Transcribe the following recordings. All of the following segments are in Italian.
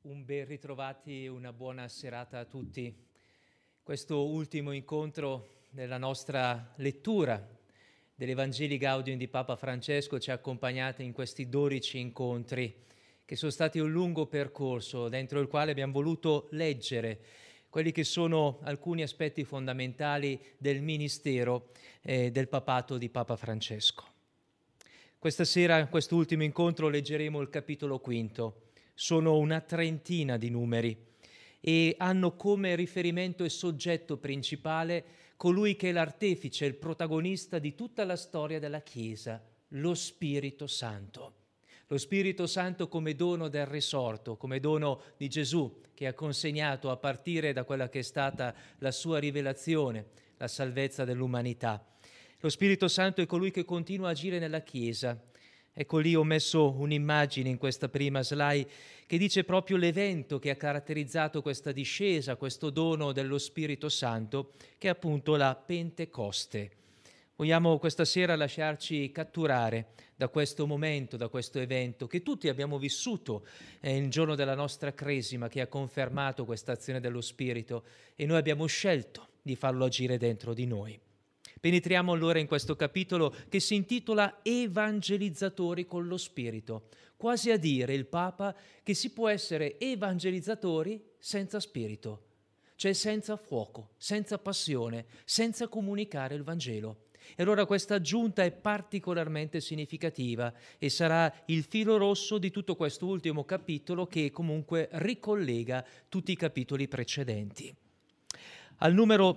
Un ben ritrovati e una buona serata a tutti. Questo ultimo incontro nella nostra lettura dell'Evangelii Gaudium di Papa Francesco ci ha accompagnati in questi 12 incontri che sono stati un lungo percorso dentro il quale abbiamo voluto leggere quelli che sono alcuni aspetti fondamentali del ministero del papato di Papa Francesco. Questa sera, in quest'ultimo incontro, leggeremo il capitolo quinto. Sono una trentina di numeri e hanno come riferimento e soggetto principale colui che è l'artefice, il protagonista di tutta la storia della Chiesa, lo Spirito Santo. Lo Spirito Santo come dono del risorto, come dono di Gesù che ha consegnato a partire da quella che è stata la sua rivelazione, la salvezza dell'umanità. Lo Spirito Santo è colui che continua a agire nella Chiesa. Ecco lì ho messo un'immagine in questa prima slide che dice proprio l'evento che ha caratterizzato questa discesa, questo dono dello Spirito Santo, che è appunto la Pentecoste. Vogliamo questa sera lasciarci catturare da questo momento, da questo evento che tutti abbiamo vissuto il giorno della nostra cresima, che ha confermato questa azione dello Spirito e noi abbiamo scelto di farlo agire dentro di noi. Penetriamo allora in questo capitolo che si intitola Evangelizzatori con lo Spirito, quasi a dire il Papa che si può essere evangelizzatori senza spirito, cioè senza fuoco, senza passione, senza comunicare il Vangelo. E allora questa aggiunta è particolarmente significativa e sarà il filo rosso di tutto questo ultimo capitolo che comunque ricollega tutti i capitoli precedenti. Al numero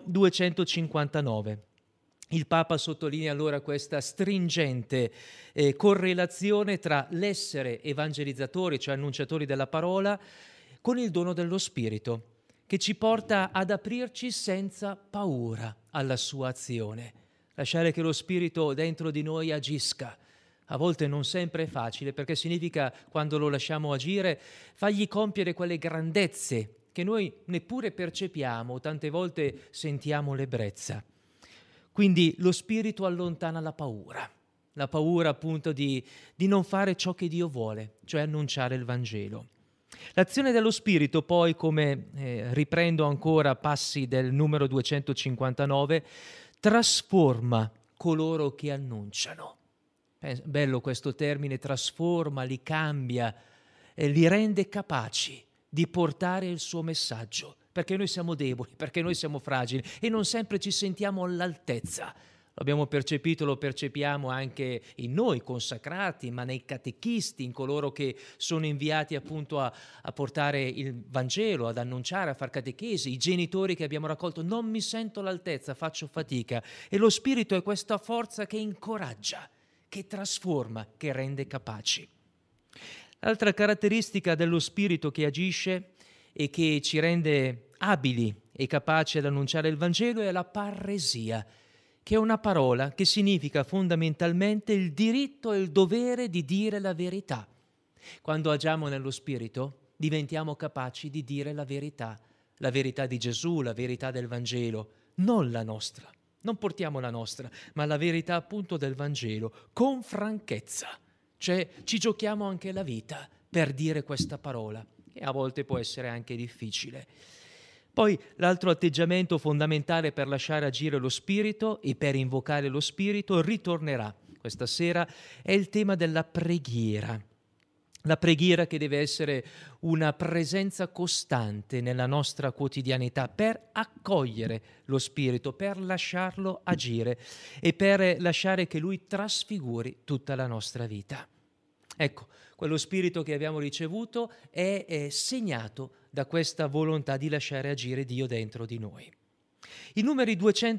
259. Il Papa sottolinea allora questa stringente correlazione tra l'essere evangelizzatori, cioè annunciatori della parola, con il dono dello Spirito, che ci porta ad aprirci senza paura alla sua azione, lasciare che lo Spirito dentro di noi agisca. A volte non sempre è facile, perché significa, quando lo lasciamo agire, fargli compiere quelle grandezze che noi neppure percepiamo, tante volte sentiamo l'ebbrezza. Quindi lo Spirito allontana la paura appunto di non fare ciò che Dio vuole, cioè annunciare il Vangelo. L'azione dello Spirito poi, come riprendo ancora passi del numero 259, trasforma coloro che annunciano. Bello questo termine, trasforma, li cambia, li rende capaci di portare il suo messaggio, perché noi siamo deboli, perché noi siamo fragili e non sempre ci sentiamo all'altezza. Lo abbiamo percepito, lo percepiamo anche in noi consacrati, ma nei catechisti, in coloro che sono inviati appunto a portare il Vangelo, ad annunciare, a far catechesi, i genitori che abbiamo raccolto. Non mi sento all'altezza, faccio fatica. E lo Spirito è questa forza che incoraggia, che trasforma, che rende capaci. L'altra caratteristica dello Spirito che agisce e che ci rende abili e capaci ad annunciare il Vangelo è la parresia, che è una parola che significa fondamentalmente il diritto e il dovere di dire la verità. Quando agiamo nello Spirito diventiamo capaci di dire la verità di Gesù, la verità del Vangelo, non la nostra. Non portiamo la nostra, ma la verità appunto del Vangelo, con franchezza. Cioè ci giochiamo anche la vita per dire questa parola, e a volte può essere anche difficile. Poi l'altro atteggiamento fondamentale per lasciare agire lo Spirito e per invocare lo Spirito ritornerà questa sera, è il tema della preghiera. La preghiera che deve essere una presenza costante nella nostra quotidianità per accogliere lo Spirito, per lasciarlo agire e per lasciare che Lui trasfiguri tutta la nostra vita. Ecco, quello Spirito che abbiamo ricevuto è segnato da questa volontà di lasciare agire Dio dentro di noi. I numeri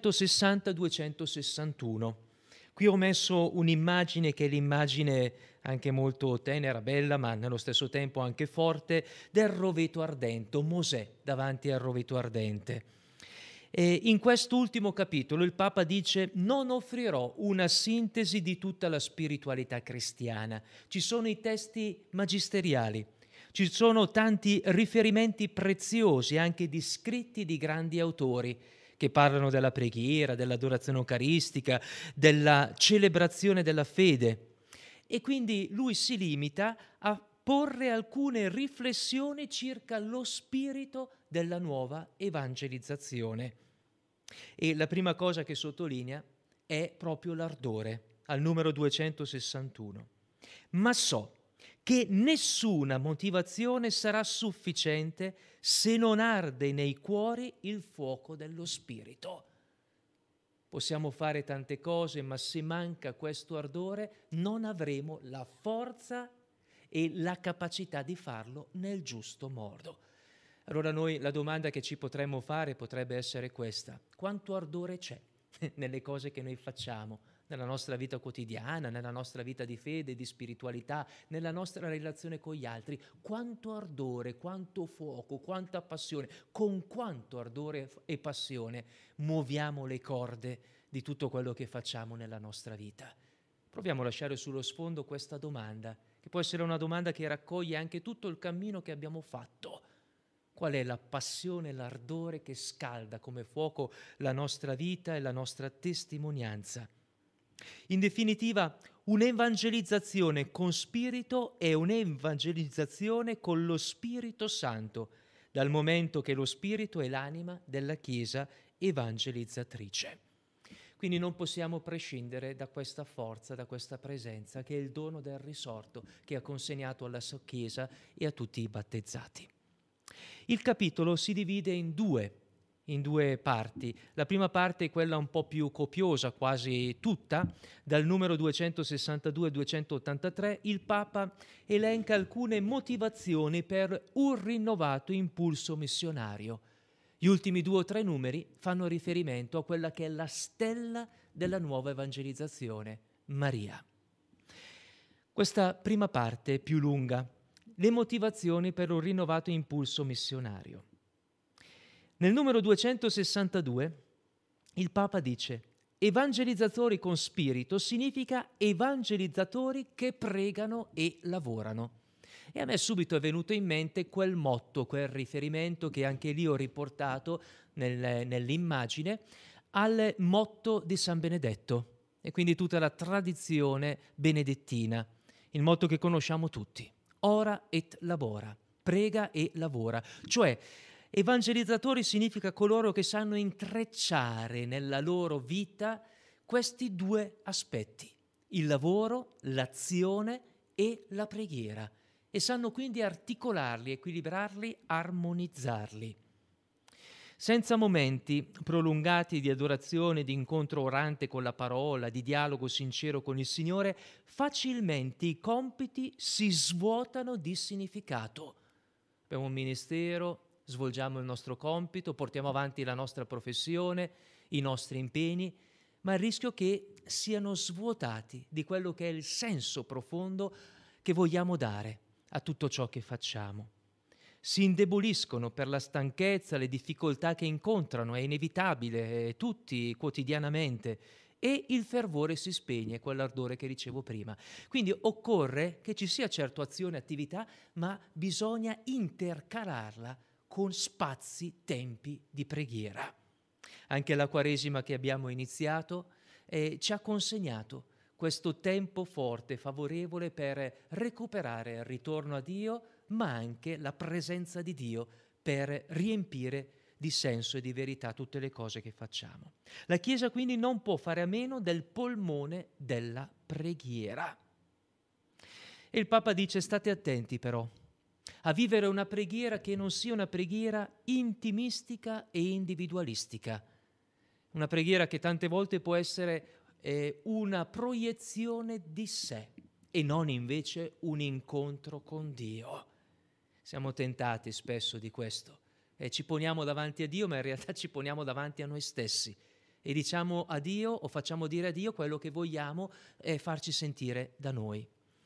260-261. Qui ho messo un'immagine che è l'immagine anche molto tenera, bella, ma nello stesso tempo anche forte, del roveto ardente, Mosè davanti al roveto ardente. E in quest'ultimo capitolo il Papa dice: non offrirò una sintesi di tutta la spiritualità cristiana. Ci sono i testi magisteriali, ci sono tanti riferimenti preziosi, anche di scritti di grandi autori, che parlano della preghiera, dell'adorazione eucaristica, della celebrazione della fede. E quindi lui si limita a porre alcune riflessioni circa lo spirito della nuova evangelizzazione. E la prima cosa che sottolinea è proprio l'ardore, al numero 261. Ma so che nessuna motivazione sarà sufficiente se non arde nei cuori il fuoco dello Spirito. Possiamo fare tante cose, ma se manca questo ardore non avremo la forza e la capacità di farlo nel giusto modo. Allora noi la domanda che ci potremmo fare potrebbe essere questa: quanto ardore c'è nelle cose che noi facciamo, nella nostra vita quotidiana, nella nostra vita di fede, di spiritualità, nella nostra relazione con gli altri? Quanto ardore, quanto fuoco, quanta passione, con quanto ardore e passione muoviamo le corde di tutto quello che facciamo nella nostra vita? Proviamo a lasciare sullo sfondo questa domanda, che può essere una domanda che raccoglie anche tutto il cammino che abbiamo fatto. Qual è la passione, l'ardore che scalda come fuoco la nostra vita e la nostra testimonianza? In definitiva, un'evangelizzazione con spirito è un'evangelizzazione con lo Spirito Santo, dal momento che lo Spirito è l'anima della Chiesa evangelizzatrice. Quindi non possiamo prescindere da questa forza, da questa presenza, che è il dono del risorto che ha consegnato alla sua Chiesa e a tutti i battezzati. Il capitolo si divide in due parti. La prima parte è quella un po' più copiosa, quasi tutta, dal numero 262 al 283, il Papa elenca alcune motivazioni per un rinnovato impulso missionario. Gli ultimi 2 o 3 numeri fanno riferimento a quella che è la stella della nuova evangelizzazione, Maria. Questa prima parte è più lunga, le motivazioni per un rinnovato impulso missionario. Nel numero 262 il Papa dice: evangelizzatori con spirito significa evangelizzatori che pregano e lavorano. E a me subito è venuto in mente quel motto, quel riferimento che anche lì ho riportato nell'immagine, al motto di San Benedetto, e quindi tutta la tradizione benedettina, il motto che conosciamo tutti: ora et labora, prega e lavora. Cioè, evangelizzatori significa coloro che sanno intrecciare nella loro vita questi 2 aspetti: il lavoro, l'azione e la preghiera, e sanno quindi articolarli, equilibrarli, armonizzarli. Senza momenti prolungati di adorazione, di incontro orante con la parola, di dialogo sincero con il Signore, facilmente i compiti si svuotano di significato. Abbiamo un ministero, svolgiamo il nostro compito, portiamo avanti la nostra professione, i nostri impegni, ma il rischio che siano svuotati di quello che è il senso profondo che vogliamo dare a tutto ciò che facciamo. Si indeboliscono per la stanchezza, le difficoltà che incontrano, è inevitabile, tutti quotidianamente, e il fervore si spegne, quell'ardore che dicevo prima. Quindi occorre che ci sia certo azione e attività, ma bisogna intercalarla con spazi, tempi di preghiera. Anche la Quaresima che abbiamo iniziato ci ha consegnato questo tempo forte, favorevole per recuperare il ritorno a Dio, ma anche la presenza di Dio per riempire di senso e di verità tutte le cose che facciamo. La Chiesa quindi non può fare a meno del polmone della preghiera. E il Papa dice: state attenti però a vivere una preghiera che non sia una preghiera intimistica e individualistica, una preghiera che tante volte può essere una proiezione di sé e non invece un incontro con Dio. Siamo tentati spesso di questo. Ci poniamo davanti a Dio, ma in realtà ci poniamo davanti a noi stessi e diciamo a Dio o facciamo dire a Dio quello che vogliamo farci sentire da noi.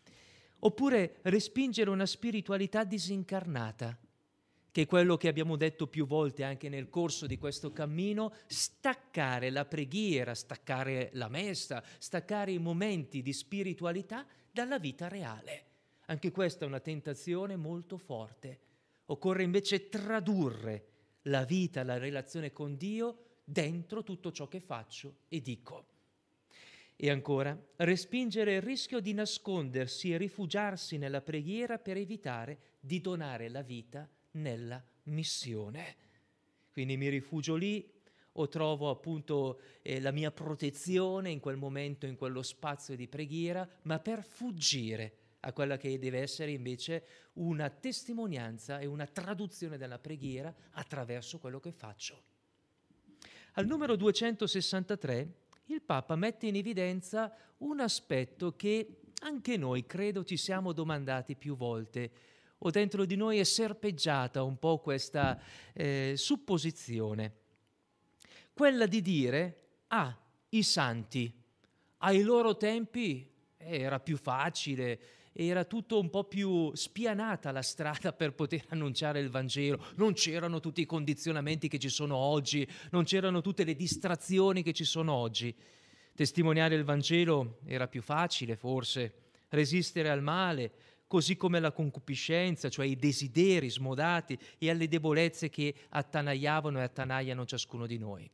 Oppure respingere una spiritualità disincarnata, che è quello che abbiamo detto più volte anche nel corso di questo cammino: staccare la preghiera, staccare la messa, staccare i momenti di spiritualità dalla vita reale. Anche questa è una tentazione molto forte. Occorre invece tradurre la vita, la relazione con Dio dentro tutto ciò che faccio e dico. E ancora, respingere il rischio di nascondersi e rifugiarsi nella preghiera per evitare di donare la vita nella missione. Quindi mi rifugio lì o trovo appunto la mia protezione in quel momento, in quello spazio di preghiera, ma per fuggire a quella che deve essere invece una testimonianza e una traduzione della preghiera attraverso quello che faccio. Al numero 263 il Papa mette in evidenza un aspetto che anche noi credo ci siamo domandati più volte, o dentro di noi è serpeggiata un po' questa supposizione, quella di dire, i santi, ai loro tempi era più facile, era tutto un po' più spianata la strada per poter annunciare il Vangelo, non c'erano tutti i condizionamenti che ci sono oggi, non c'erano tutte le distrazioni che ci sono oggi. Testimoniare il Vangelo era più facile, forse, resistere al male, così come alla concupiscenza, cioè ai desideri smodati e alle debolezze che attanagliavano e attanagliano ciascuno di noi.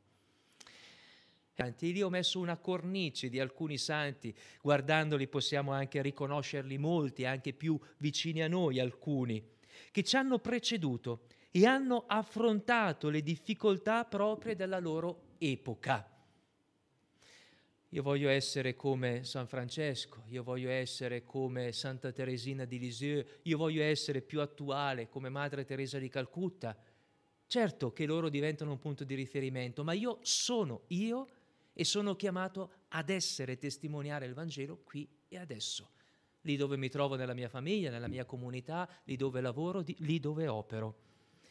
Lì ho messo una cornice di alcuni santi, guardandoli possiamo anche riconoscerli molti, anche più vicini a noi alcuni, che ci hanno preceduto e hanno affrontato le difficoltà proprie della loro epoca. Io voglio essere come San Francesco, io voglio essere come Santa Teresina di Lisieux, io voglio essere più attuale come Madre Teresa di Calcutta. Certo che loro diventano un punto di riferimento, ma io sono io e sono chiamato ad essere testimoniare il Vangelo qui e adesso, lì dove mi trovo nella mia famiglia, nella mia comunità, lì dove lavoro, lì dove opero.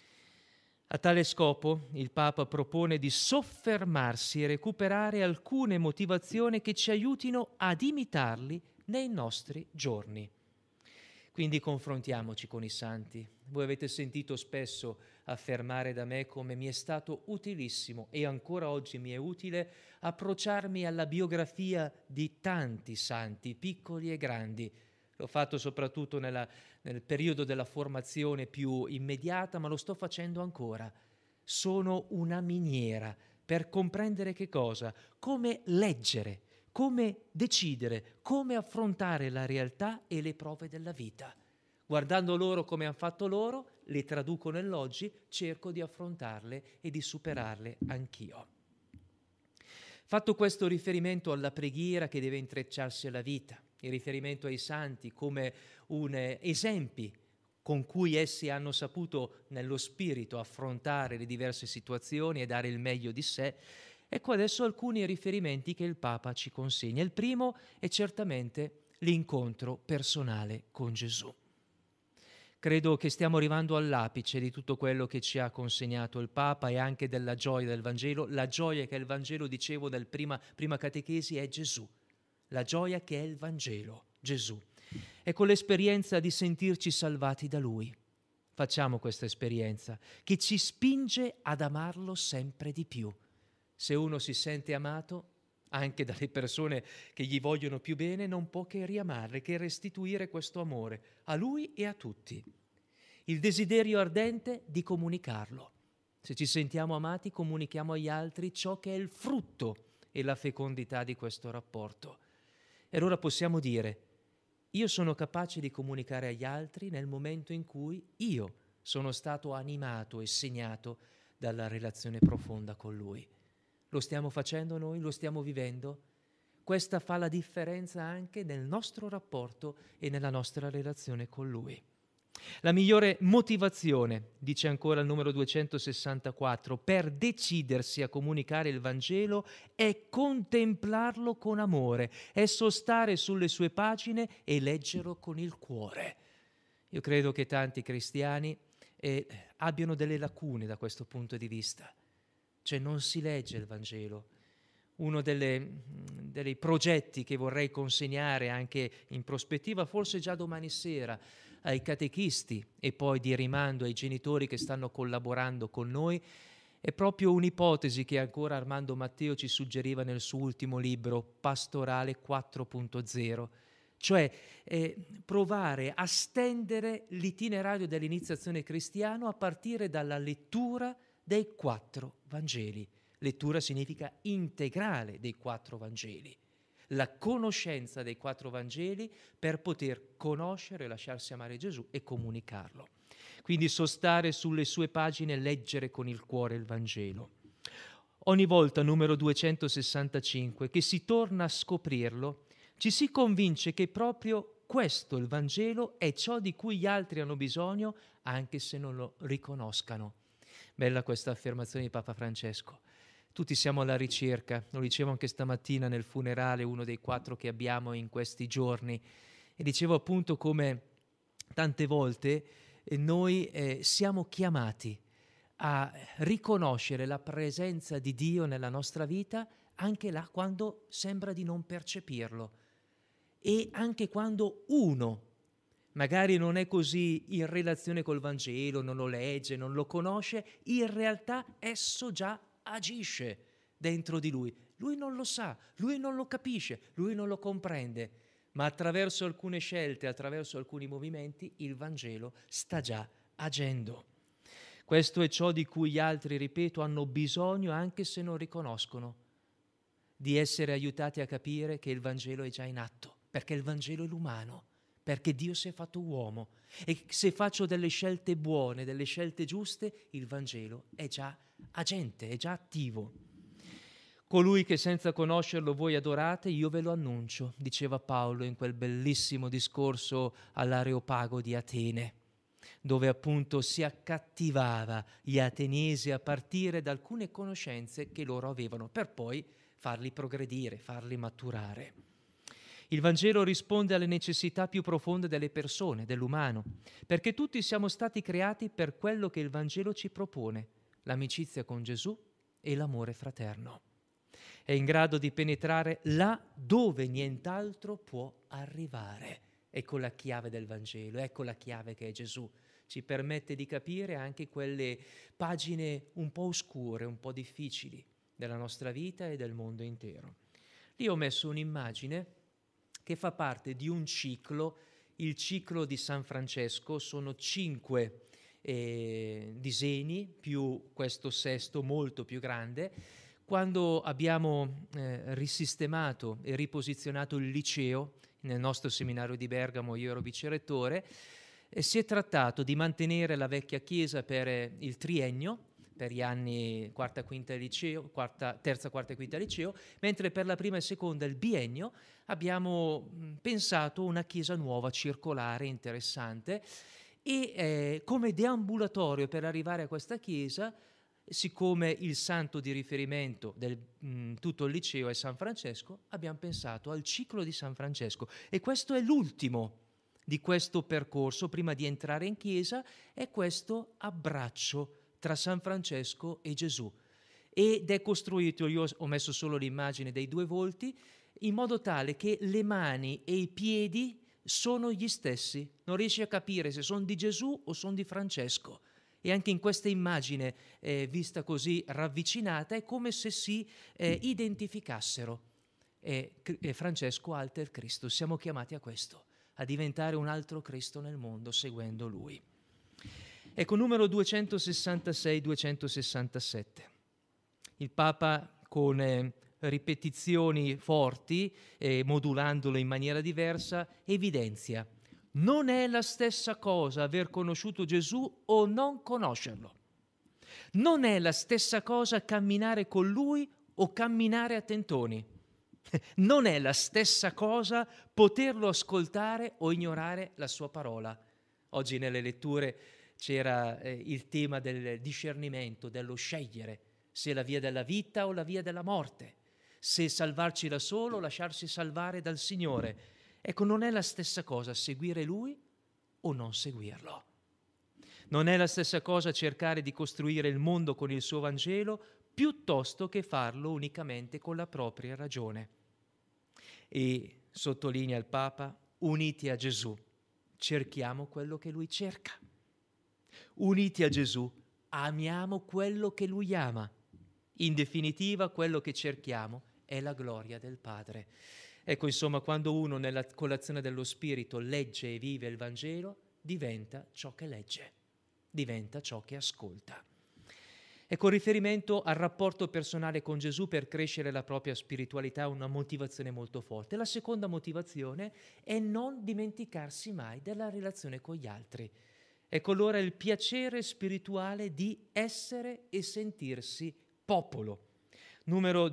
A tale scopo il Papa propone di soffermarsi e recuperare alcune motivazioni che ci aiutino ad imitarli nei nostri giorni. Quindi confrontiamoci con i santi. Voi avete sentito spesso affermare da me come mi è stato utilissimo e ancora oggi mi è utile approcciarmi alla biografia di tanti santi, piccoli e grandi. L'ho fatto soprattutto nel periodo della formazione più immediata, ma lo sto facendo ancora. Sono una miniera per comprendere che cosa? Come leggere, come decidere, come affrontare la realtà e le prove della vita. Guardando loro come hanno fatto loro, le traduco nell'oggi, cerco di affrontarle e di superarle anch'io. Fatto questo riferimento alla preghiera che deve intrecciarsi alla vita, il riferimento ai santi come esempi con cui essi hanno saputo nello spirito affrontare le diverse situazioni e dare il meglio di sé, ecco adesso alcuni riferimenti che il Papa ci consegna. Il primo è certamente l'incontro personale con Gesù. Credo che stiamo arrivando all'apice di tutto quello che ci ha consegnato il Papa e anche della gioia del Vangelo. La gioia che è il Vangelo, dicevo nel prima catechesi, è Gesù. La gioia che è il Vangelo, Gesù. E con l'esperienza di sentirci salvati da Lui. Facciamo questa esperienza che ci spinge ad amarlo sempre di più. Se uno si sente amato, anche dalle persone che gli vogliono più bene, non può che riamarle, che restituire questo amore a Lui e a tutti. Il desiderio ardente di comunicarlo. Se ci sentiamo amati, comunichiamo agli altri ciò che è il frutto e la fecondità di questo rapporto. E allora possiamo dire: io sono capace di comunicare agli altri nel momento in cui io sono stato animato e segnato dalla relazione profonda con Lui. Lo stiamo facendo noi? Lo stiamo vivendo? Questa fa la differenza anche nel nostro rapporto e nella nostra relazione con Lui. La migliore motivazione, dice ancora il numero 264, per decidersi a comunicare il Vangelo è contemplarlo con amore, è sostare sulle sue pagine e leggerlo con il cuore. Io credo che tanti cristiani abbiano delle lacune da questo punto di vista, cioè non si legge il Vangelo. Uno dei progetti che vorrei consegnare anche in prospettiva, forse già domani sera, ai catechisti e poi di rimando ai genitori che stanno collaborando con noi, è proprio un'ipotesi che ancora Armando Matteo ci suggeriva nel suo ultimo libro, Pastorale 4.0, cioè provare a stendere l'itinerario dell'iniziazione cristiana a partire dalla lettura dei 4 Vangeli. Lettura significa integrale dei 4 Vangeli. la conoscenza dei 4 Vangeli per poter conoscere, lasciarsi amare Gesù e comunicarlo. Quindi sostare sulle sue pagine e leggere con il cuore il Vangelo. Ogni volta, numero 265, che si torna a scoprirlo, ci si convince che proprio questo, il Vangelo, è ciò di cui gli altri hanno bisogno, anche se non lo riconoscano. Bella questa affermazione di Papa Francesco. Tutti siamo alla ricerca, lo dicevo anche stamattina nel funerale, uno dei 4 che abbiamo in questi giorni, e dicevo appunto come tante volte noi siamo chiamati a riconoscere la presenza di Dio nella nostra vita anche là quando sembra di non percepirlo e anche quando uno magari non è così in relazione col Vangelo, non lo legge, non lo conosce, in realtà esso già agisce dentro di lui. Lui non lo sa, lui non lo capisce, lui non lo comprende, ma attraverso alcune scelte, attraverso alcuni movimenti, il Vangelo sta già agendo. Questo è ciò di cui gli altri, ripeto, hanno bisogno anche se non riconoscono, di essere aiutati a capire che il Vangelo è già in atto, perché il Vangelo è l'umano, perché Dio si è fatto uomo e se faccio delle scelte buone, delle scelte giuste, il Vangelo è già agente, è già attivo. Colui che senza conoscerlo voi adorate, io ve lo annuncio, diceva Paolo in quel bellissimo discorso all'Areopago di Atene, dove appunto si accattivava gli ateniesi a partire da alcune conoscenze che loro avevano, per poi farli progredire, farli maturare. Il Vangelo risponde alle necessità più profonde delle persone, dell'umano, perché tutti siamo stati creati per quello che il Vangelo ci propone, l'amicizia con Gesù e l'amore fraterno. È in grado di penetrare là dove nient'altro può arrivare. Ecco la chiave del Vangelo, ecco la chiave che è Gesù. Ci permette di capire anche quelle pagine un po' oscure, un po' difficili della nostra vita e del mondo intero. Lì ho messo un'immagine che fa parte di un ciclo, il ciclo di San Francesco, sono 5 disegni più questo sesto molto più grande. Quando abbiamo risistemato e riposizionato il liceo nel nostro seminario di Bergamo, io ero vicerettore, si è trattato di mantenere la vecchia chiesa per il triennio, per gli anni quarta, quinta liceo, terza, quarta e quinta liceo, mentre per la prima e seconda, il biennio, abbiamo pensato una chiesa nuova, circolare, interessante, e come deambulatorio per arrivare a questa chiesa, siccome il santo di riferimento del tutto il liceo è San Francesco, abbiamo pensato al ciclo di San Francesco e questo è l'ultimo di questo percorso prima di entrare in chiesa, è questo abbraccio tra San Francesco e Gesù ed è costruito, io ho messo solo l'immagine dei 2 volti, in modo tale che le mani e i piedi sono gli stessi, non riesci a capire se sono di Gesù o sono di Francesco. E anche in questa immagine vista così ravvicinata è come se si identificassero. Francesco alta il Cristo, siamo chiamati a questo, a diventare un altro Cristo nel mondo seguendo Lui. Ecco, numero 266-267. Il Papa con ripetizioni forti, modulandolo in maniera diversa, evidenzia: non è la stessa cosa aver conosciuto Gesù o non conoscerlo. Non è la stessa cosa camminare con Lui o camminare a tentoni. Non è la stessa cosa poterlo ascoltare o ignorare la sua parola. Oggi nelle letture c'era il tema del discernimento, dello scegliere se la via della vita o la via della morte, se salvarci da solo o lasciarsi salvare dal Signore. Ecco, non è la stessa cosa seguire Lui o non seguirlo. Non è la stessa cosa cercare di costruire il mondo con il suo Vangelo piuttosto che farlo unicamente con la propria ragione. E sottolinea il Papa, uniti a Gesù, cerchiamo quello che Lui cerca. Uniti a Gesù, amiamo quello che Lui ama. In definitiva, quello che cerchiamo è la gloria del Padre. Ecco, insomma, quando uno nella colazione dello Spirito legge e vive il Vangelo, diventa ciò che legge, diventa ciò che ascolta. E con riferimento al rapporto personale con Gesù per crescere la propria spiritualità è una motivazione molto forte. La seconda motivazione è non dimenticarsi mai della relazione con gli altri. Ecco allora il piacere spirituale di essere e sentirsi popolo. Numero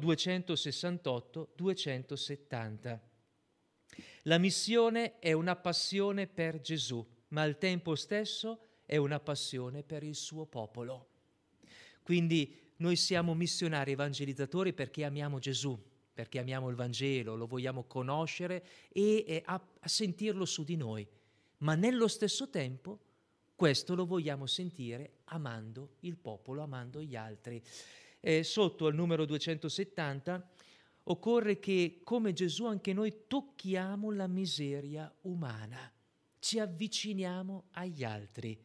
268-270. La missione è una passione per Gesù, ma al tempo stesso è una passione per il suo popolo. Quindi noi siamo missionari evangelizzatori perché amiamo Gesù, perché amiamo il Vangelo, lo vogliamo conoscere e a sentirlo su di noi. Ma nello stesso tempo questo lo vogliamo sentire amando il popolo, amando gli altri. Sotto al numero 270 occorre che come Gesù anche noi tocchiamo la miseria umana, ci avviciniamo agli altri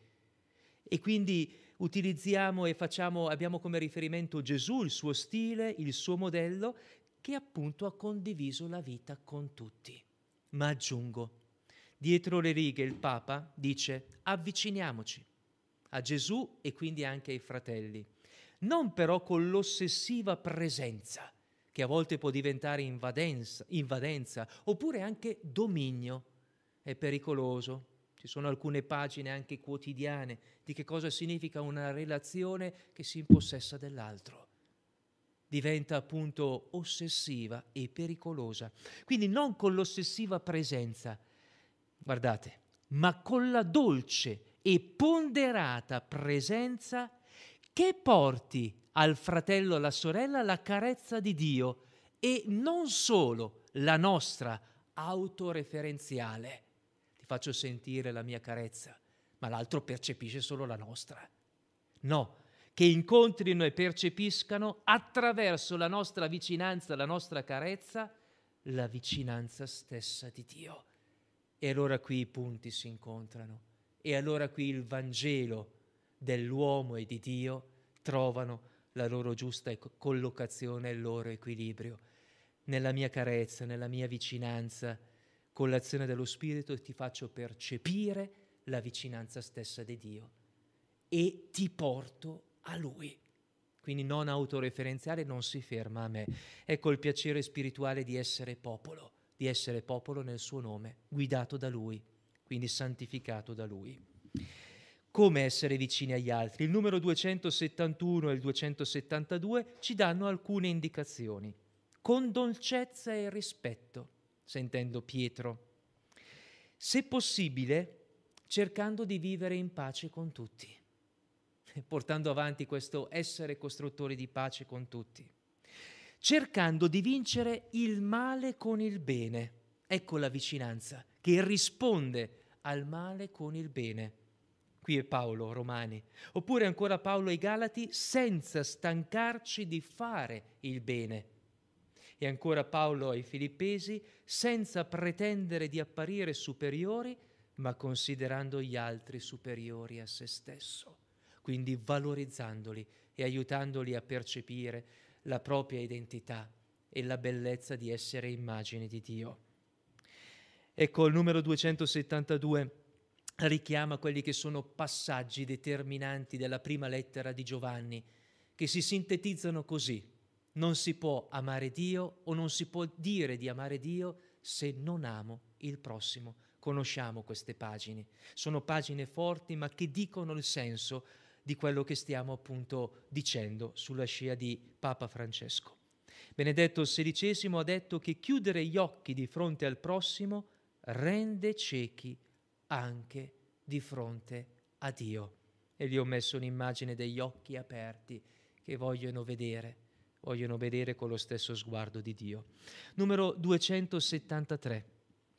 e quindi utilizziamo e abbiamo come riferimento Gesù, il suo stile, il suo modello, che appunto ha condiviso la vita con tutti. Ma aggiungo, dietro le righe il Papa dice avviciniamoci a Gesù e quindi anche ai fratelli, non però con l'ossessiva presenza, che a volte può diventare invadenza oppure anche dominio. È pericoloso. Ci sono alcune pagine anche quotidiane di che cosa significa una relazione che si impossessa dell'altro. Diventa appunto ossessiva e pericolosa. Quindi non con l'ossessiva presenza, guardate, ma con la dolce e ponderata presenza che porti al fratello o alla sorella la carezza di Dio e non solo la nostra autoreferenziale. Ti faccio sentire la mia carezza, ma l'altro percepisce solo la nostra. No, che incontrino e percepiscano attraverso la nostra vicinanza, la nostra carezza, la vicinanza stessa di Dio. E allora qui i punti si incontrano e allora qui il Vangelo dell'uomo e di Dio trovano la loro giusta collocazione e il loro equilibrio. Nella mia carezza, nella mia vicinanza, con l'azione dello Spirito ti faccio percepire la vicinanza stessa di Dio e ti porto a Lui. Quindi non autoreferenziale, non si ferma a me. Ecco il piacere spirituale di essere popolo nel suo nome, guidato da Lui, quindi santificato da Lui. Come essere vicini agli altri? Il numero 271 e il 272 ci danno alcune indicazioni. Con dolcezza e rispetto, sentendo Pietro. Se possibile, cercando di vivere in pace con tutti, portando avanti questo essere costruttori di pace con tutti. Cercando di vincere il male con il bene. Ecco la vicinanza, che risponde al male con il bene. Qui è Paolo, Romani. Oppure ancora Paolo ai Galati, senza stancarci di fare il bene. E ancora Paolo ai Filippesi, senza pretendere di apparire superiori, ma considerando gli altri superiori a se stesso. Quindi valorizzandoli e aiutandoli a percepire la propria identità e la bellezza di essere immagine di Dio. Ecco, il numero 272 richiama quelli che sono passaggi determinanti della prima lettera di Giovanni, che si sintetizzano così: non si può amare Dio o non si può dire di amare Dio se non amo il prossimo. Conosciamo queste pagine, sono pagine forti ma che dicono il senso di quello che stiamo appunto dicendo sulla scia di Papa Francesco. Benedetto XVI ha detto che chiudere gli occhi di fronte al prossimo rende ciechi anche di fronte a Dio. E gli ho messo un'immagine degli occhi aperti che vogliono vedere con lo stesso sguardo di Dio. Numero 273.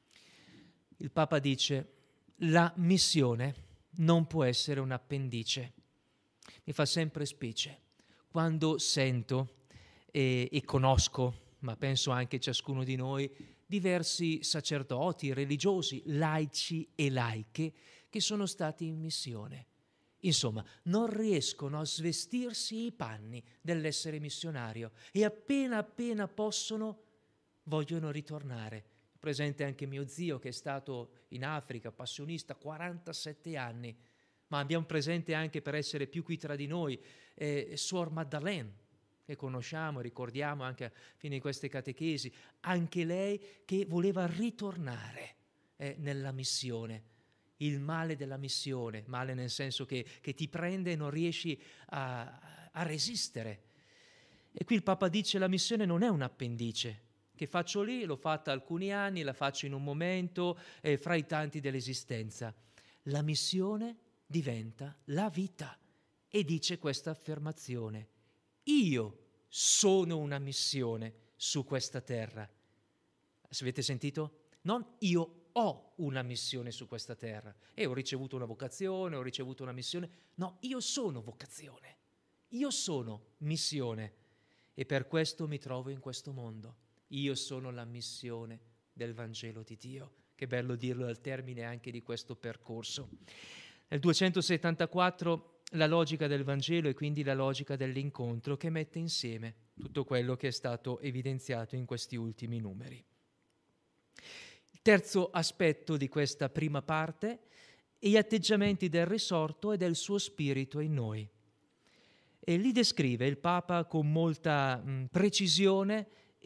Il Papa dice: la missione non può essere un appendice. Mi fa sempre specie quando sento e conosco, ma penso anche ciascuno di noi, diversi sacerdoti, religiosi, laici e laiche che sono stati in missione. Insomma, non riescono a svestirsi i panni dell'essere missionario e appena possono vogliono ritornare. Presente anche mio zio che è stato in Africa, passionista, 47 anni. ma abbiamo presente anche, per essere più qui tra di noi, Suor Maddalene, che conosciamo, ricordiamo anche a fine di queste catechesi, anche lei che voleva ritornare nella missione. Il male della missione, male nel senso che ti prende e non riesci a resistere. E qui il Papa dice: la missione non è un appendice che faccio lì, l'ho fatta alcuni anni, la faccio in un momento fra i tanti dell'esistenza. La missione diventa la vita, e dice questa affermazione: io sono una missione su questa terra. Avete sentito? Non io ho una missione su questa terra e ho ricevuto una vocazione, ho ricevuto una missione. No, io sono vocazione, io sono missione, e per questo mi trovo in questo mondo. Io sono la missione del Vangelo di Dio. Che bello dirlo al termine anche di questo percorso. Nel 274 la logica del Vangelo e quindi la logica dell'incontro, che mette insieme tutto quello che è stato evidenziato in questi ultimi numeri. Il terzo aspetto di questa prima parte è gli atteggiamenti del risorto e del suo spirito in noi. E li descrive il Papa con molta precisione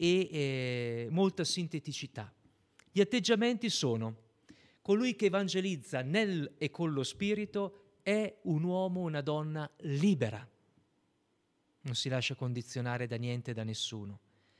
e molta sinteticità. Gli atteggiamenti sono: colui che evangelizza nel e con lo spirito è un uomo, una donna libera, non si lascia condizionare da niente e da nessuno,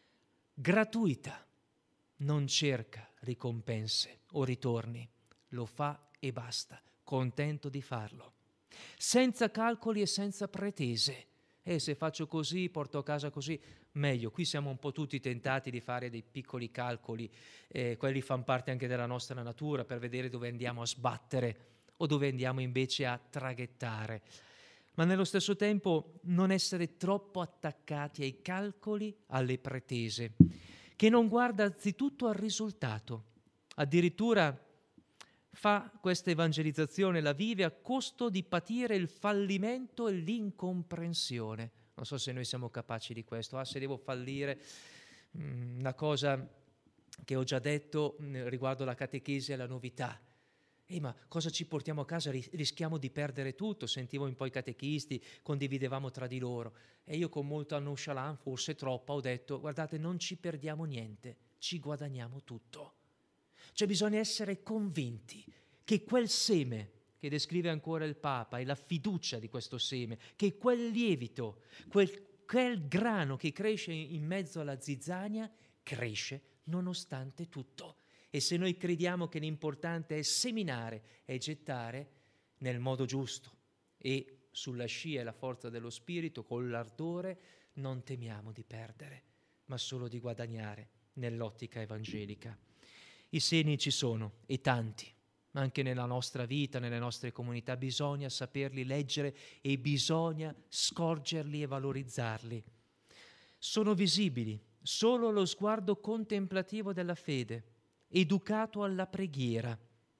gratuita, non cerca ricompense o ritorni, lo fa e basta, contento di farlo, senza calcoli e senza pretese. Se faccio così, porto a casa così, meglio. Qui siamo un po' tutti tentati di fare dei piccoli calcoli, quelli fanno parte anche della nostra natura, per vedere dove andiamo a sbattere o dove andiamo invece a traghettare. Ma nello stesso tempo non essere troppo attaccati ai calcoli, alle pretese, che non guarda anzitutto al risultato. Addirittura fa questa evangelizzazione, la vive a costo di patire il fallimento e l'incomprensione. Non so se noi siamo capaci di questo. Se devo fallire, una cosa che ho già detto riguardo la catechesi e la novità. Ma cosa ci portiamo a casa? Rischiamo di perdere tutto. Sentivo un po' i catechisti, condividevamo tra di loro, e io con molta nonchalance, forse troppa, ho detto: guardate, non ci perdiamo niente, ci guadagniamo tutto. Cioè bisogna essere convinti che quel seme, che descrive ancora il Papa, e la fiducia di questo seme, che quel lievito, quel grano che cresce in mezzo alla zizzania, cresce nonostante tutto. E se noi crediamo che l'importante è seminare e gettare nel modo giusto e sulla scia e la forza dello Spirito, con l'ardore, non temiamo di perdere, ma solo di guadagnare nell'ottica evangelica. I segni ci sono, e tanti, ma anche nella nostra vita, nelle nostre comunità, bisogna saperli leggere e bisogna scorgerli e valorizzarli. Sono visibili solo allo sguardo contemplativo della fede, educato alla preghiera.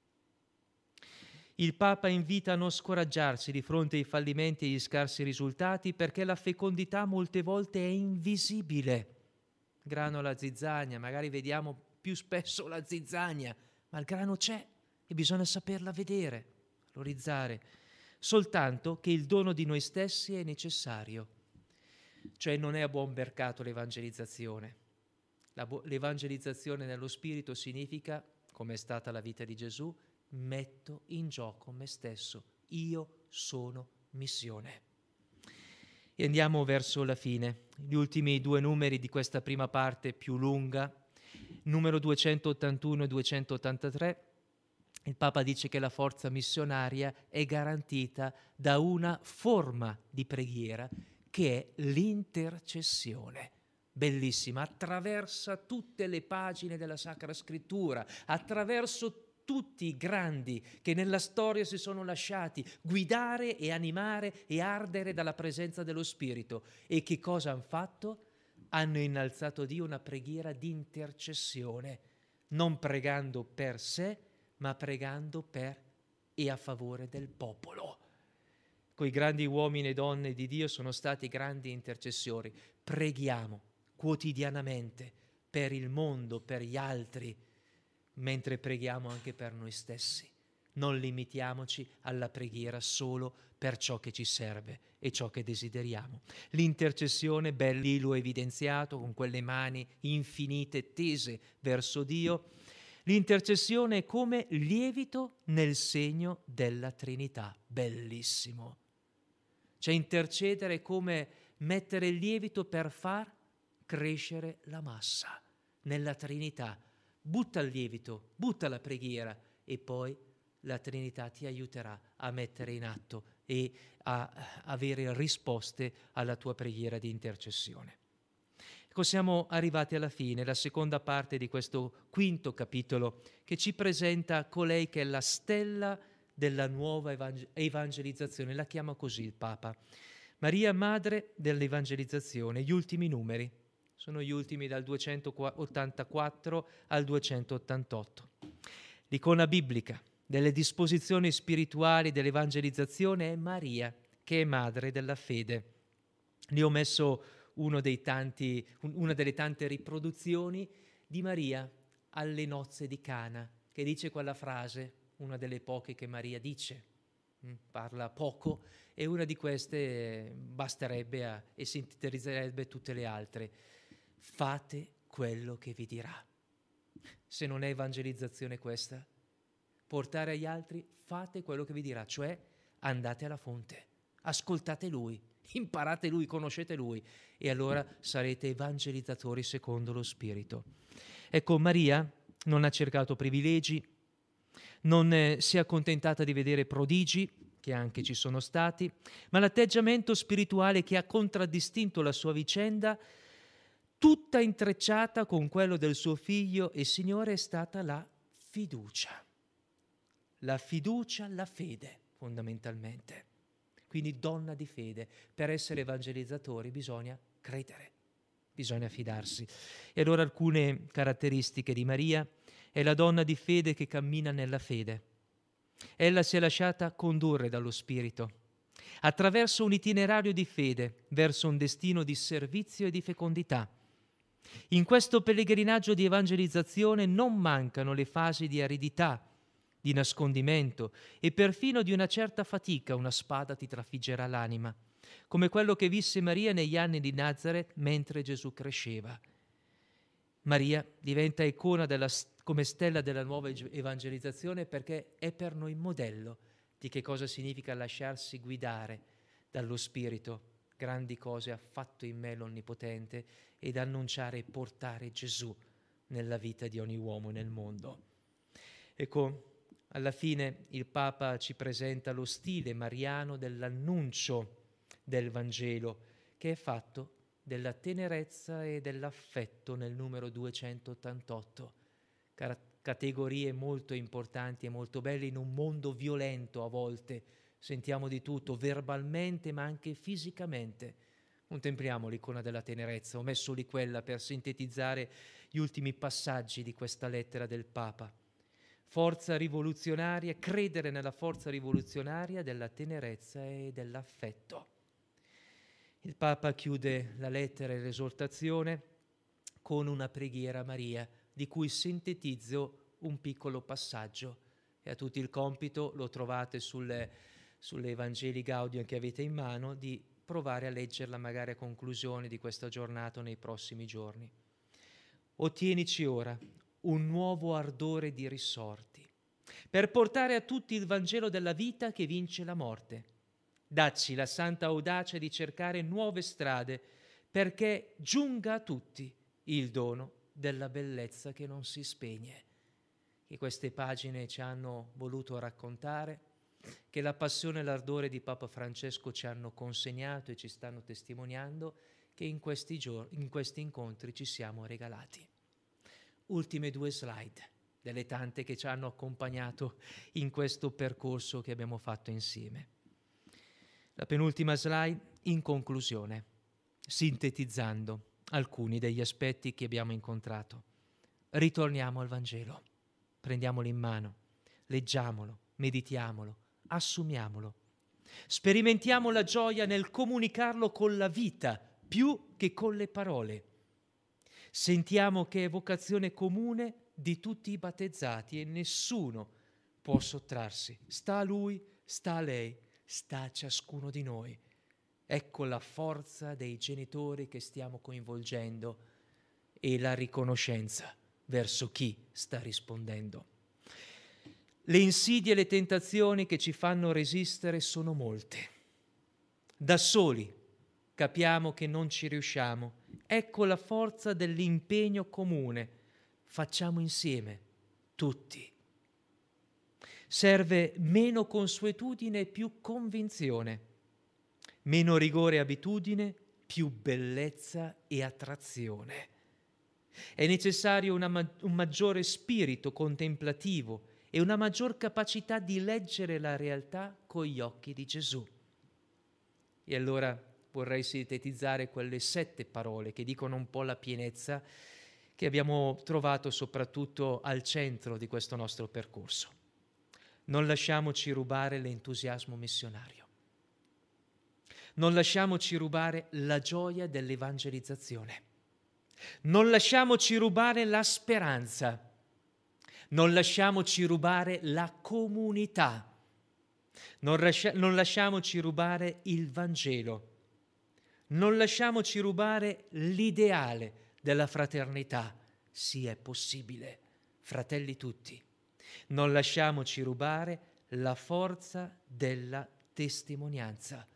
Il Papa invita a non scoraggiarsi di fronte ai fallimenti e agli scarsi risultati, perché la fecondità molte volte è invisibile. Grano alla zizzania, magari vediamo più spesso la zizzania, ma il grano c'è e bisogna saperla vedere, valorizzare, soltanto che il dono di noi stessi è necessario. Cioè non è a buon mercato l'evangelizzazione. L'evangelizzazione nello Spirito significa, come è stata la vita di Gesù, metto in gioco me stesso, io sono missione. E andiamo verso la fine, gli ultimi due numeri di questa prima parte più lunga, numero 281 e 283, il Papa dice che la forza missionaria è garantita da una forma di preghiera che è l'intercessione. Bellissima, attraversa tutte le pagine della Sacra Scrittura, attraverso tutti i grandi che nella storia si sono lasciati guidare e animare e ardere dalla presenza dello Spirito. E che cosa hanno fatto? Hanno innalzato Dio una preghiera di intercessione, non pregando per sé, ma pregando per e a favore del popolo. Quei grandi uomini e donne di Dio sono stati grandi intercessori. Preghiamo quotidianamente per il mondo, per gli altri, mentre preghiamo anche per noi stessi. Non limitiamoci alla preghiera solo per ciò che ci serve e ciò che desideriamo. L'intercessione, lì l'ho evidenziato con quelle mani infinite tese verso Dio. L'intercessione è come lievito nel segno della Trinità. Bellissimo. Cioè intercedere è come mettere il lievito per far crescere la massa nella Trinità. Butta il lievito, butta la preghiera e poi la Trinità ti aiuterà a mettere in atto e a avere risposte alla tua preghiera di intercessione. Ecco, siamo arrivati alla fine, la seconda parte di questo quinto capitolo che ci presenta colei che è la stella della nuova evangelizzazione, la chiama così il Papa. Maria, madre dell'evangelizzazione, gli ultimi numeri, sono gli ultimi dal 284 al 288. L'icona biblica delle disposizioni spirituali dell'evangelizzazione è Maria, che è madre della fede. Lì ho messo una delle tante riproduzioni di Maria alle nozze di Cana, che dice quella frase, una delle poche che Maria dice, parla poco, e una di queste basterebbe e sintetizzerebbe tutte le altre. Fate quello che vi dirà. Se non è evangelizzazione questa, portare agli altri, fate quello che vi dirà, cioè andate alla fonte, ascoltate Lui, imparate Lui, conoscete Lui e allora sarete evangelizzatori secondo lo Spirito. Ecco, Maria non ha cercato privilegi, non si è accontentata di vedere prodigi, che anche ci sono stati, ma l'atteggiamento spirituale che ha contraddistinto la sua vicenda, tutta intrecciata con quello del suo figlio e Signore, è stata la fiducia. La fiducia, la fede, fondamentalmente. Quindi donna di fede. Per essere evangelizzatori bisogna credere, bisogna fidarsi. E allora alcune caratteristiche di Maria: è la donna di fede che cammina nella fede. Ella si è lasciata condurre dallo Spirito attraverso un itinerario di fede verso un destino di servizio e di fecondità. In questo pellegrinaggio di evangelizzazione non mancano le fasi di aridità, di nascondimento e perfino di una certa fatica. Una spada ti trafiggerà l'anima, come quello che visse Maria negli anni di Nazareth mentre Gesù cresceva. Maria diventa icona come stella della nuova evangelizzazione perché è per noi modello di che cosa significa lasciarsi guidare dallo Spirito. Grandi cose ha fatto in me l'Onnipotente, ed annunciare e portare Gesù nella vita di ogni uomo nel mondo. Ecco, alla fine il Papa ci presenta lo stile mariano dell'annuncio del Vangelo, che è fatto della tenerezza e dell'affetto nel numero 288, categorie molto importanti e molto belle in un mondo violento a volte. Sentiamo di tutto, verbalmente ma anche fisicamente. Contempliamo l'icona della tenerezza, ho messo lì quella per sintetizzare gli ultimi passaggi di questa lettera del Papa. Forza rivoluzionaria, credere nella forza rivoluzionaria della tenerezza e dell'affetto. Il Papa chiude la lettera e l'esortazione con una preghiera a Maria, di cui sintetizzo un piccolo passaggio. E a tutti il compito, lo trovate sulle Evangeli Gaudium che avete in mano, di provare a leggerla magari a conclusione di questa giornata o nei prossimi giorni. Ottienici ora un nuovo ardore di risorti, per portare a tutti il Vangelo della vita che vince la morte. Dacci la santa audacia di cercare nuove strade, perché giunga a tutti il dono della bellezza che non si spegne. Che queste pagine ci hanno voluto raccontare, che la passione e l'ardore di Papa Francesco ci hanno consegnato e ci stanno testimoniando, che in questi incontri ci siamo regalati. Ultime 2 slide delle tante che ci hanno accompagnato in questo percorso che abbiamo fatto insieme. La penultima slide, in conclusione, sintetizzando alcuni degli aspetti che abbiamo incontrato. Ritorniamo al Vangelo, prendiamolo in mano, leggiamolo, meditiamolo, assumiamolo. Sperimentiamo la gioia nel comunicarlo con la vita più che con le parole. Sentiamo che è vocazione comune di tutti i battezzati e nessuno può sottrarsi. Sta a lui, sta a lei, sta a ciascuno di noi. Ecco la forza dei genitori che stiamo coinvolgendo e la riconoscenza verso chi sta rispondendo. Le insidie e le tentazioni che ci fanno resistere sono molte. Da soli capiamo che non ci riusciamo. Ecco la forza dell'impegno comune. Facciamo insieme, tutti. Serve meno consuetudine e più convinzione, meno rigore e abitudine, più bellezza e attrazione. È necessario un maggiore spirito contemplativo e una maggior capacità di leggere la realtà con gli occhi di Gesù. E allora vorrei sintetizzare quelle 7 parole che dicono un po' la pienezza che abbiamo trovato soprattutto al centro di questo nostro percorso. Non lasciamoci rubare l'entusiasmo missionario. Non lasciamoci rubare la gioia dell'evangelizzazione. Non lasciamoci rubare la speranza. Non lasciamoci rubare la comunità. Non lasciamoci rubare il Vangelo. Non lasciamoci rubare l'ideale della fraternità. Sì, è possibile, fratelli tutti. Non lasciamoci rubare la forza della testimonianza.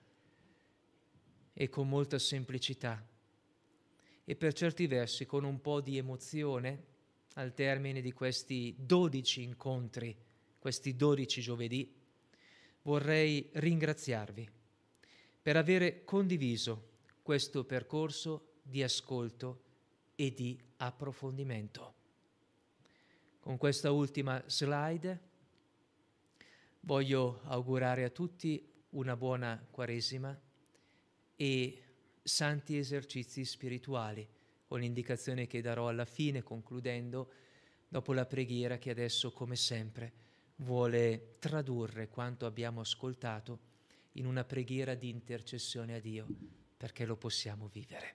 E con molta semplicità e per certi versi con un po' di emozione, al termine di questi 12 incontri, questi 12 giovedì, vorrei ringraziarvi per avere condiviso questo percorso di ascolto e di approfondimento. Con questa ultima slide voglio augurare a tutti una buona Quaresima e santi esercizi spirituali, con l'indicazione che darò alla fine, concludendo, dopo la preghiera che adesso, come sempre, vuole tradurre quanto abbiamo ascoltato in una preghiera di intercessione a Dio, perché lo possiamo vivere.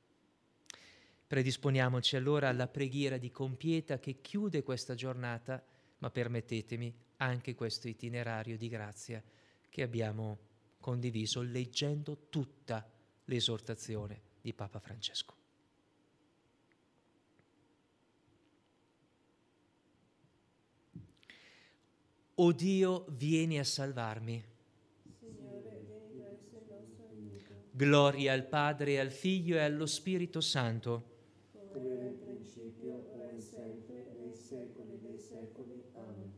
Predisponiamoci allora alla preghiera di compieta che chiude questa giornata, ma permettetemi anche questo itinerario di grazia che abbiamo condiviso leggendo tutta l'esortazione di Papa Francesco. O Dio, vieni a salvarmi. Signore, vieni presso il nostro aiuto. Gloria al Padre, al Figlio e allo Spirito Santo. Come era in principio, ora e sempre, nei secoli dei secoli. Amen.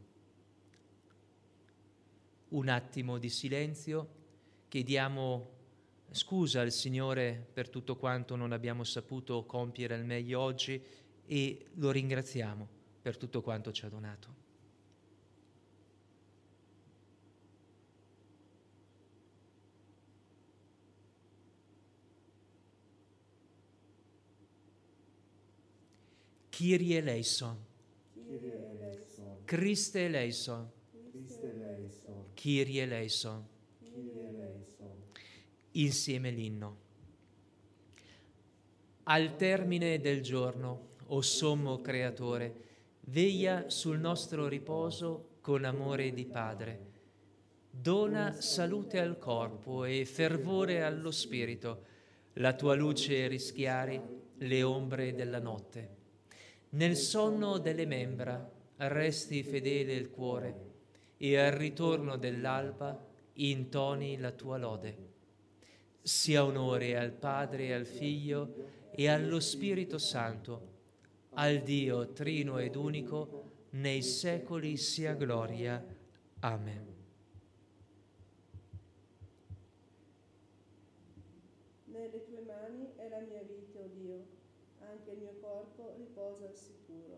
Un attimo di silenzio, chiediamo scusa al Signore per tutto quanto non abbiamo saputo compiere al meglio oggi e lo ringraziamo per tutto quanto ci ha donato. Kyrie eleison, Kyrie eleison, Christe eleison, Christe eleison, Kyrie eleison. Kyrie eleison. Insieme l'inno. Al termine del giorno, o sommo Creatore, veglia sul nostro riposo con amore di Padre. Dona salute al corpo e fervore allo spirito. La tua luce rischiari le ombre della notte. Nel sonno delle membra resti fedele il cuore e al ritorno dell'alba intoni la tua lode. Sia onore al Padre e al Figlio e allo Spirito Santo, al Dio trino ed unico, nei secoli sia gloria. Amen. Nelle tue mani è la mia vita, o Dio, anche il mio corpo riposa al sicuro.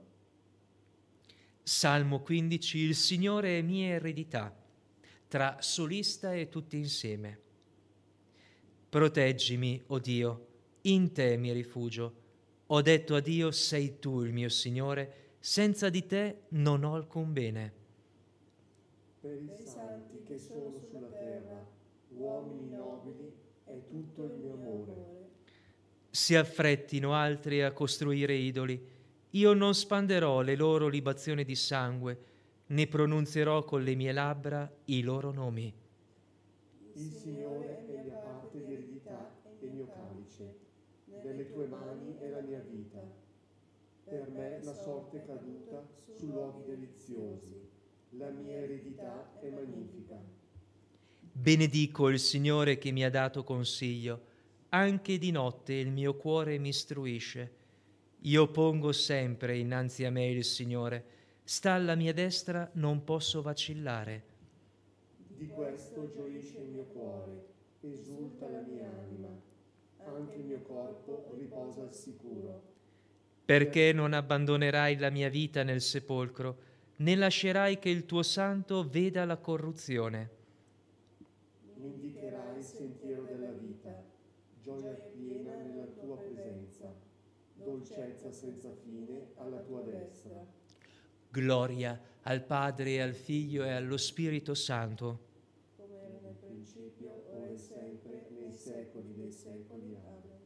Salmo 15. Il Signore è mia eredità, tra solista e tutti insieme. Proteggimi, o Dio, in te mi rifugio. Ho detto a Dio, sei tu il mio Signore, senza di te non ho alcun bene. Per i santi che sono sulla terra, uomini nobili, è tutto il mio amore. Si affrettino altri a costruire idoli. Io non spanderò le loro libazioni di sangue, ne pronunzierò con le mie labbra i loro nomi. Il Signore è mia parte di eredità e mio calice. Nelle tue mani è la mia vita. Per me la sorte è caduta su luoghi deliziosi. La mia eredità è magnifica. Benedico il Signore che mi ha dato consiglio. Anche di notte il mio cuore mi istruisce. Io pongo sempre innanzi a me il Signore. Sta alla mia destra, non posso vacillare. Di questo gioisce il mio cuore, esulta la mia anima. Anche il mio corpo riposa al sicuro. Perché non abbandonerai la mia vita nel sepolcro, né lascerai che il tuo santo veda la corruzione. Mi indicherai il sentiero della vita, gioia piena nella tua presenza, dolcezza senza fine alla tua destra. Gloria al Padre e al Figlio e allo Spirito Santo. Come era nel principio, ora e sempre, nei secoli dei secoli. Amen.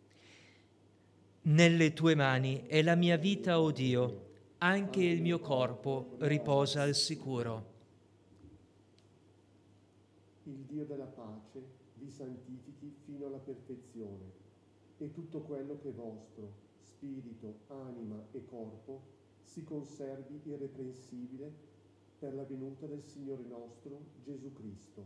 Nelle tue mani è la mia vita, o Dio, anche il mio corpo riposa al sicuro. Il Dio della pace vi santifichi fino alla perfezione, e tutto quello che è vostro, spirito, anima e corpo, si conservi irreprensibile per la venuta del Signore nostro Gesù Cristo.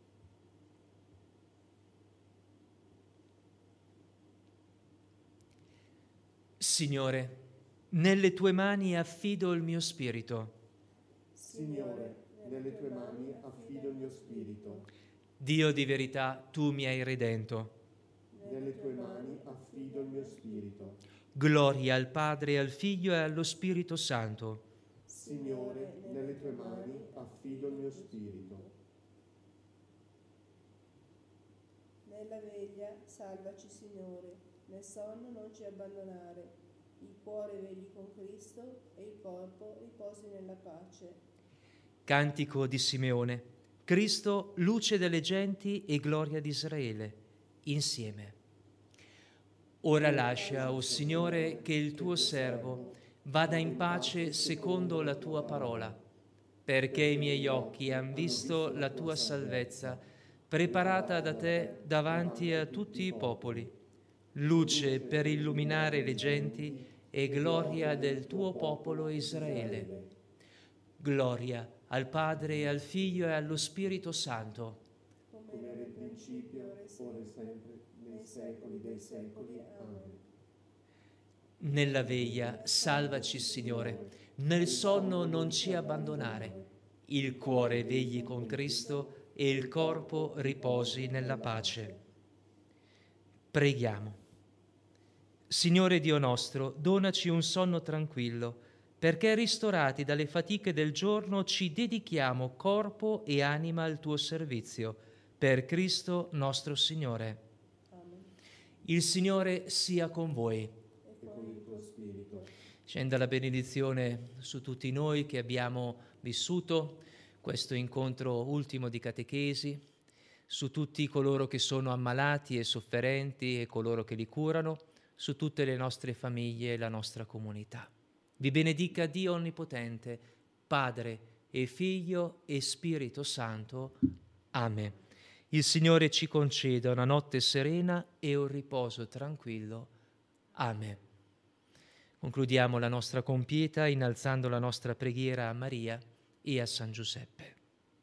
Signore, nelle tue mani affido il mio spirito. Signore, nelle tue mani affido il mio spirito. Dio di verità, tu mi hai redento. Nelle tue mani affido il mio spirito. Gloria al Padre, al Figlio e allo Spirito Santo. Signore, nelle tue mani affido il mio spirito. Nella veglia salvaci, Signore, nel sonno non ci abbandonare. Il cuore vegli con Cristo e il corpo riposi nella pace. Cantico di Simeone. Cristo, luce delle genti e gloria di Israele, insieme. Ora lascia, o Signore, che il tuo servo vada in pace secondo la tua parola, perché i miei occhi han visto la tua salvezza, preparata da te davanti a tutti i popoli, luce per illuminare le genti e gloria del tuo popolo Israele. Gloria al Padre e al Figlio e allo Spirito Santo. Come era in principio, ora e sempre, nei secoli dei secoli. Amen. Nella veglia salvaci, Signore, nel sonno non ci abbandonare. Il cuore vegli con Cristo e il corpo riposi nella pace. Preghiamo. Signore Dio nostro, donaci un sonno tranquillo, perché ristorati dalle fatiche del giorno ci dedichiamo corpo e anima al tuo servizio, per Cristo nostro Signore. Amen. Il Signore sia con voi. E con il tuo spirito. Scenda la benedizione su tutti noi che abbiamo vissuto questo incontro ultimo di catechesi, su tutti coloro che sono ammalati e sofferenti e coloro che li curano, su tutte le nostre famiglie e la nostra comunità. Vi benedica Dio Onnipotente, Padre e Figlio e Spirito Santo. Amen. Il Signore ci conceda una notte serena e un riposo tranquillo. Amen. Concludiamo la nostra compieta innalzando la nostra preghiera a Maria e a San Giuseppe.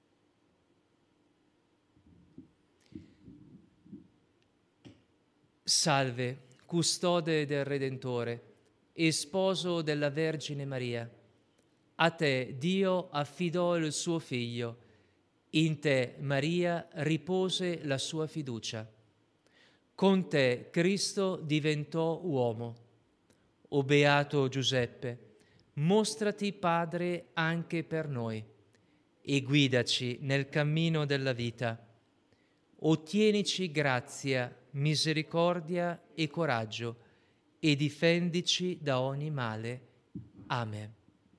Salve, custode del Redentore e sposo della Vergine Maria. A te Dio affidò il suo Figlio. In te, Maria, ripose la sua fiducia. Con te Cristo diventò uomo. O beato Giuseppe, mostrati Padre anche per noi e guidaci nel cammino della vita. Ottienici grazia, misericordia e coraggio e difendici da ogni male. Amen.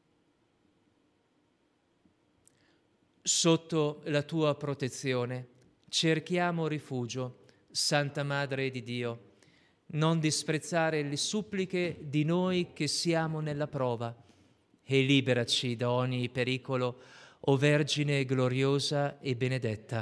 Sotto la tua protezione cerchiamo rifugio, Santa Madre di Dio. Non disprezzare le suppliche di noi che siamo nella prova e liberaci da ogni pericolo, o Vergine gloriosa e benedetta.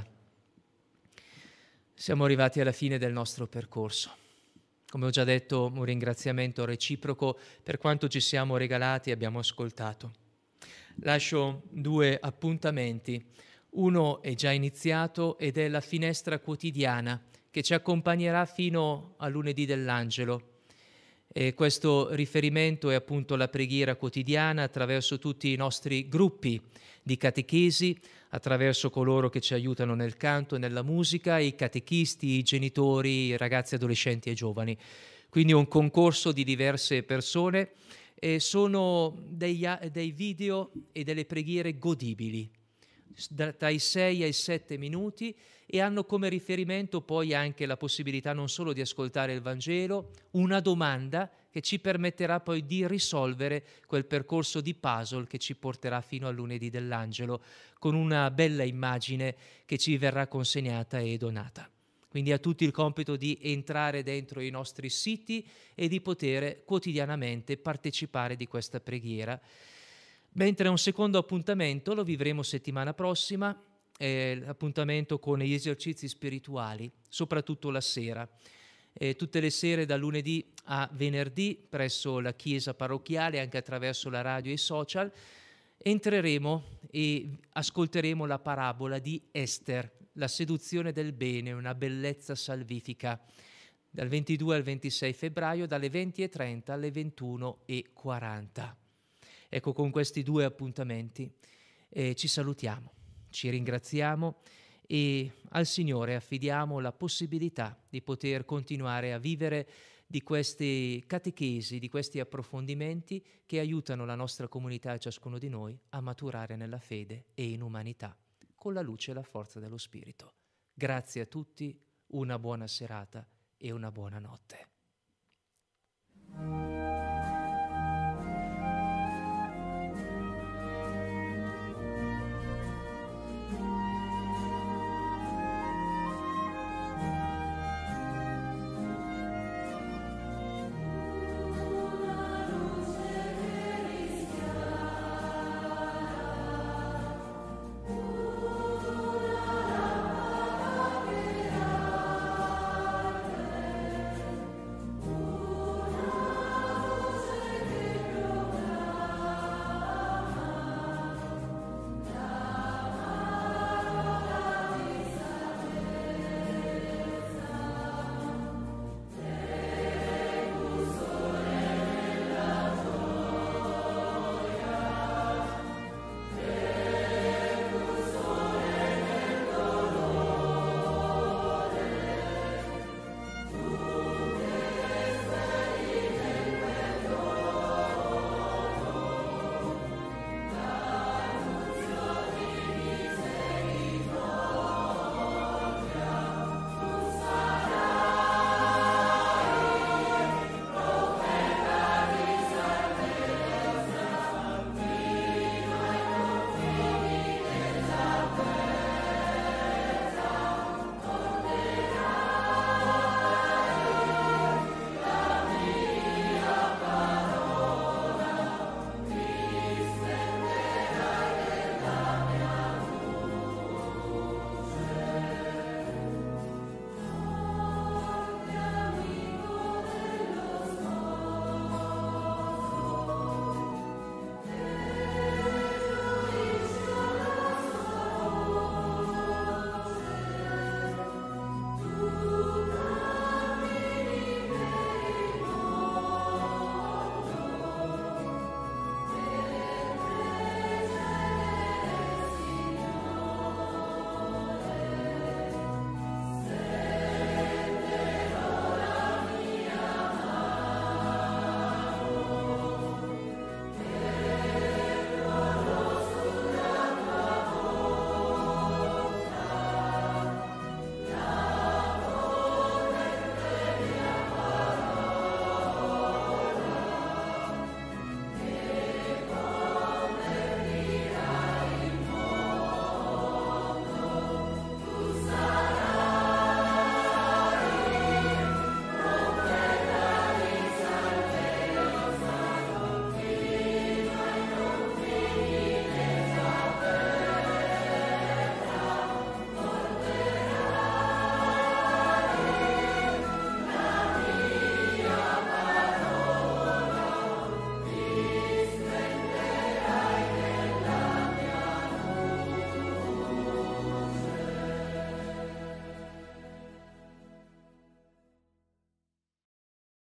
Siamo arrivati alla fine del nostro percorso. Come ho già detto, un ringraziamento reciproco per quanto ci siamo regalati e abbiamo ascoltato. Lascio 2 appuntamenti. Uno è già iniziato ed è la finestra quotidiana che ci accompagnerà fino a lunedì dell'Angelo. E questo riferimento è appunto la preghiera quotidiana attraverso tutti i nostri gruppi di catechesi, attraverso coloro che ci aiutano nel canto e nella musica, i catechisti, i genitori, i ragazzi, adolescenti e giovani. Quindi un concorso di diverse persone e sono dei video e delle preghiere godibili, dai 6 ai 7 minuti, e hanno come riferimento poi anche la possibilità non solo di ascoltare il Vangelo, una domanda che ci permetterà poi di risolvere quel percorso di puzzle che ci porterà fino al lunedì dell'Angelo, con una bella immagine che ci verrà consegnata e donata. Quindi a tutti il compito di entrare dentro i nostri siti e di poter quotidianamente partecipare di questa preghiera. Mentre un secondo appuntamento lo vivremo settimana prossima, l'appuntamento con gli esercizi spirituali, soprattutto la sera. Tutte le sere da lunedì a venerdì presso la chiesa parrocchiale, anche attraverso la radio e i social, entreremo e ascolteremo la parabola di Ester, la seduzione del bene, una bellezza salvifica, dal 22 al 26 febbraio, dalle 20:30 alle 21:40. Ecco, con questi 2 appuntamenti ci salutiamo, ci ringraziamo e al Signore affidiamo la possibilità di poter continuare a vivere di queste catechesi, di questi approfondimenti che aiutano la nostra comunità e ciascuno di noi a maturare nella fede e in umanità, con la luce e la forza dello Spirito. Grazie a tutti, una buona serata e una buona notte.